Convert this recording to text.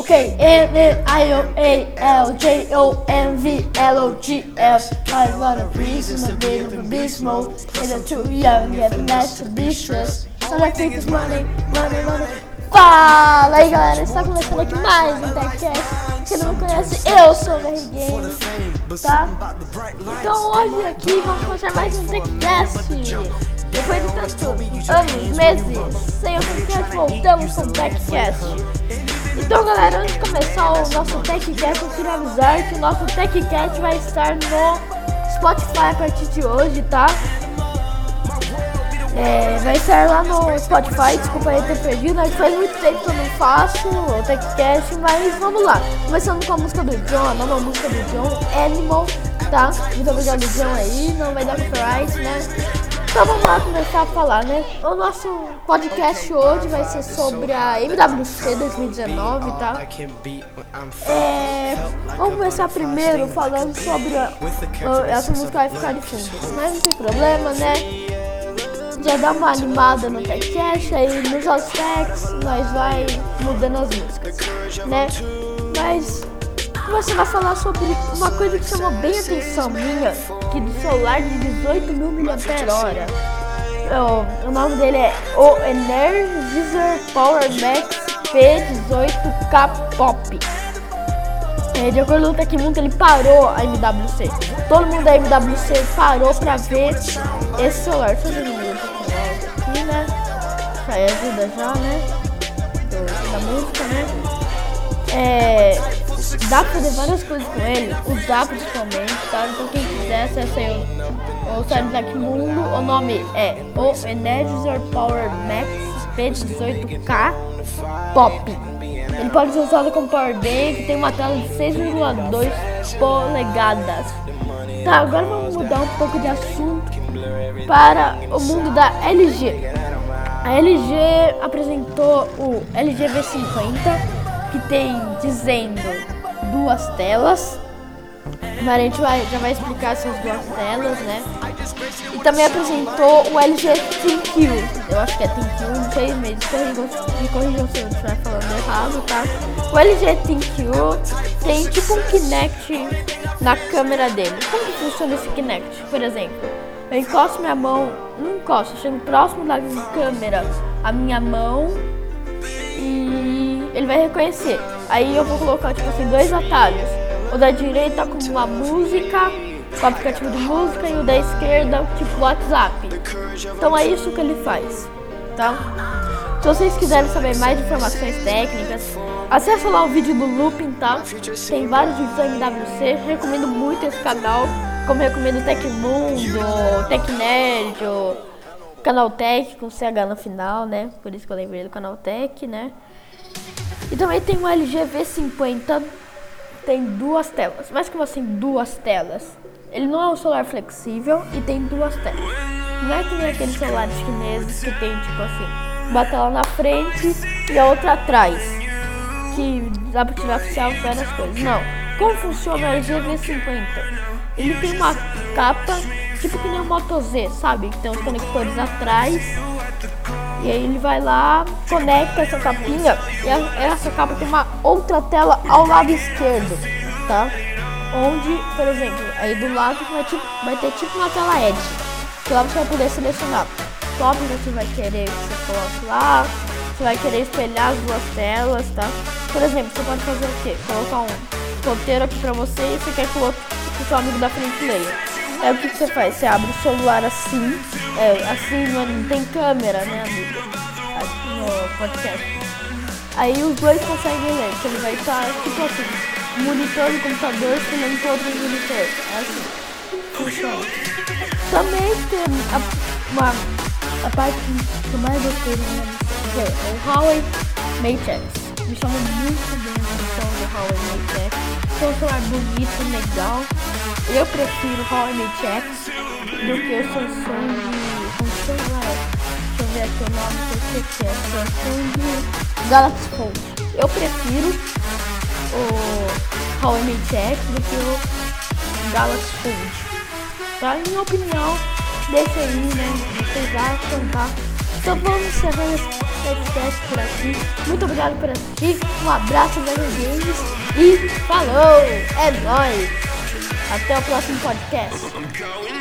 Ok, N-I-O-A-L-J-O-M-V-L-O-G-S. I want a reason to be in this mode. And I'm too young yet less to be stressed. So I think it's money. Fala aí galera, está começando aqui mais um TechCast. Quem não me conhece, eu sou o VR Game, tá? Então hoje aqui vamos começar mais um TechCast. Depois de tantos anos, meses, sem o TechCast, voltamos com o TechCast. Então galera, antes de começar o nosso TechCast, eu queria avisar que o nosso TechCast vai estar no Spotify a partir de hoje, tá? Vai estar lá no Spotify, desculpa aí ter perdido, né? Faz muito tempo que eu não faço o TechCast, mas vamos lá. Começando com a música do John, a nova música do John, Animal, tá? Muito obrigado John aí, não vai dar copyright, né? Então vamos lá começar a falar, né? O nosso podcast hoje vai ser sobre a MWC 2019, tá? Vamos começar primeiro falando sobre essa música vai ficar de fundo, mas não tem problema, né? Já dá uma animada no TechCast, aí nos outros techs nós vai mudando as músicas, né? Mas começando a falar sobre uma coisa que chamou bem a atenção minha, que do celular de 18.000 mAh. O nome dele é o Energizer Power Max P18K Pop. De acordo com o Tecmundo, ele parou a MWC. Todo mundo da MWC parou pra ver esse celular. Deixa eu ver o aqui, né? Isso aí ajuda já, né? Da música, né? Dá pra fazer várias coisas com ele. Usar principalmente, tá? Então quem quiser acessa aí o site do Tecmundo. O nome é o Energizer Power Max P18K Pop. Ele pode ser usado como powerbank, tem uma tela de 6,2 polegadas. Tá, agora vamos mudar um pouco de assunto para o mundo da LG. A LG apresentou o LG V50, que tem dizendo duas telas. Mas a gente já vai explicar essas duas telas, né? E também apresentou o LG ThinQ. Eu acho que é ThinQ, não sei, mas me corrijam se eu estiver falando errado, tá? O LG ThinQ tem tipo um Kinect na câmera dele. Como que funciona esse Kinect? Por exemplo, eu encosto minha mão, eu chego próximo da câmera a minha mão e ele vai reconhecer. Aí eu vou colocar tipo assim dois atalhos. O da direita com uma música, com o aplicativo de música, e o da esquerda tipo WhatsApp. Então é isso que ele faz, tá? Se vocês quiserem saber mais informações técnicas, acessa lá o vídeo do Looping, tá? Tem vários vídeos da MWC, recomendo muito esse canal, como recomendo o Tecmundo, TecNerd, o Canal Tech com CH no final, né? Por isso que eu lembrei do Canal Tech, né? E também tem o LG V50, tem duas telas. Mas como assim duas telas? Ele não é um celular flexível e tem duas telas. Não é que nem aqueles celulares chineses que tem tipo assim, uma tela na frente e a outra atrás, que dá pra tirar oficial várias coisas. Não. Como funciona o LG V50? Ele tem uma capa, tipo que nem o Moto Z, sabe? Que tem os conectores atrás. E aí ele vai lá, conecta essa capinha e essa capa tem uma outra tela ao lado esquerdo, tá? Onde, por exemplo, aí do lado vai ter tipo uma tela Edge, que lá você vai poder selecionar qual você vai querer que você coloque lá, você vai querer espelhar as duas telas, tá? Por exemplo, você pode fazer o quê? Colocar um roteiro aqui pra você e você quer que o seu amigo da frente leia. Aí o que você faz? Você abre o celular assim, assim não tem câmera, né, amigo? Aqui no podcast. Aí os dois conseguem ler, que ele vai estar tipo assim, monitor do computador espelhando para outro monitor. É assim, funciona. Também tem a parte que eu mais gostei do que é o Huawei Mate X. Me chamou muito bem a atenção do Huawei Mate X. É um celular bonito, legal. Eu prefiro o Huawei Mate X do que o Samsung. Deixa eu ver aqui o nome que é Samsung Galaxy Fold. Eu prefiro o Huawei Mate X do que o Galaxy Fold. Tá? Minha opinião, deixa aí, né? Vocês acham, tá? Então vamos encerrar podcast por aqui. Muito obrigado por assistir. Um abraço, meus games. E falou! É nóis! Até o próximo podcast.